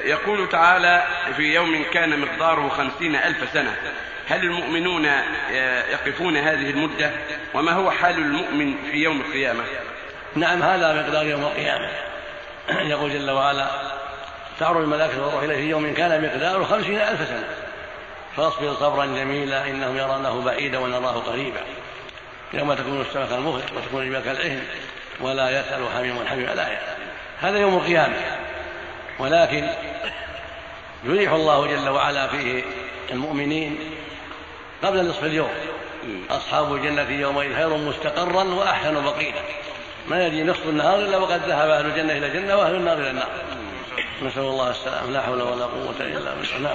يقول تعالى في يوم كان مقداره 50,000 سنة، هل المؤمنون يقفون هذه المدة؟ وما هو حال المؤمن في يوم القيامة؟ نعم، هذا مقدار يوم القيامة. يقول جل وعلا: تعرج الملائكة والروح إليه في يوم كان مقداره 50,000 سنة فاصبر صبرا جميلا إنهم يرونه بعيدا ونراه قريبا يوم تكون السماء كالمهل وتكون الجبال كالعهن ولا يسأل حميم حميم الآية. هذا يوم القيامة، ولكن يريح الله جل وعلا فيه المؤمنين قبل نصف اليوم. أصحاب الجنة يومئذ خير مستقرا وأحسن مقيلا، ما يجي نصف النهار إلا وقد ذهب أهل الجنة إلى الجنة وأهل النار إلى النار. نسأل الله السلام، لا حول ولا قوة إلا بالله.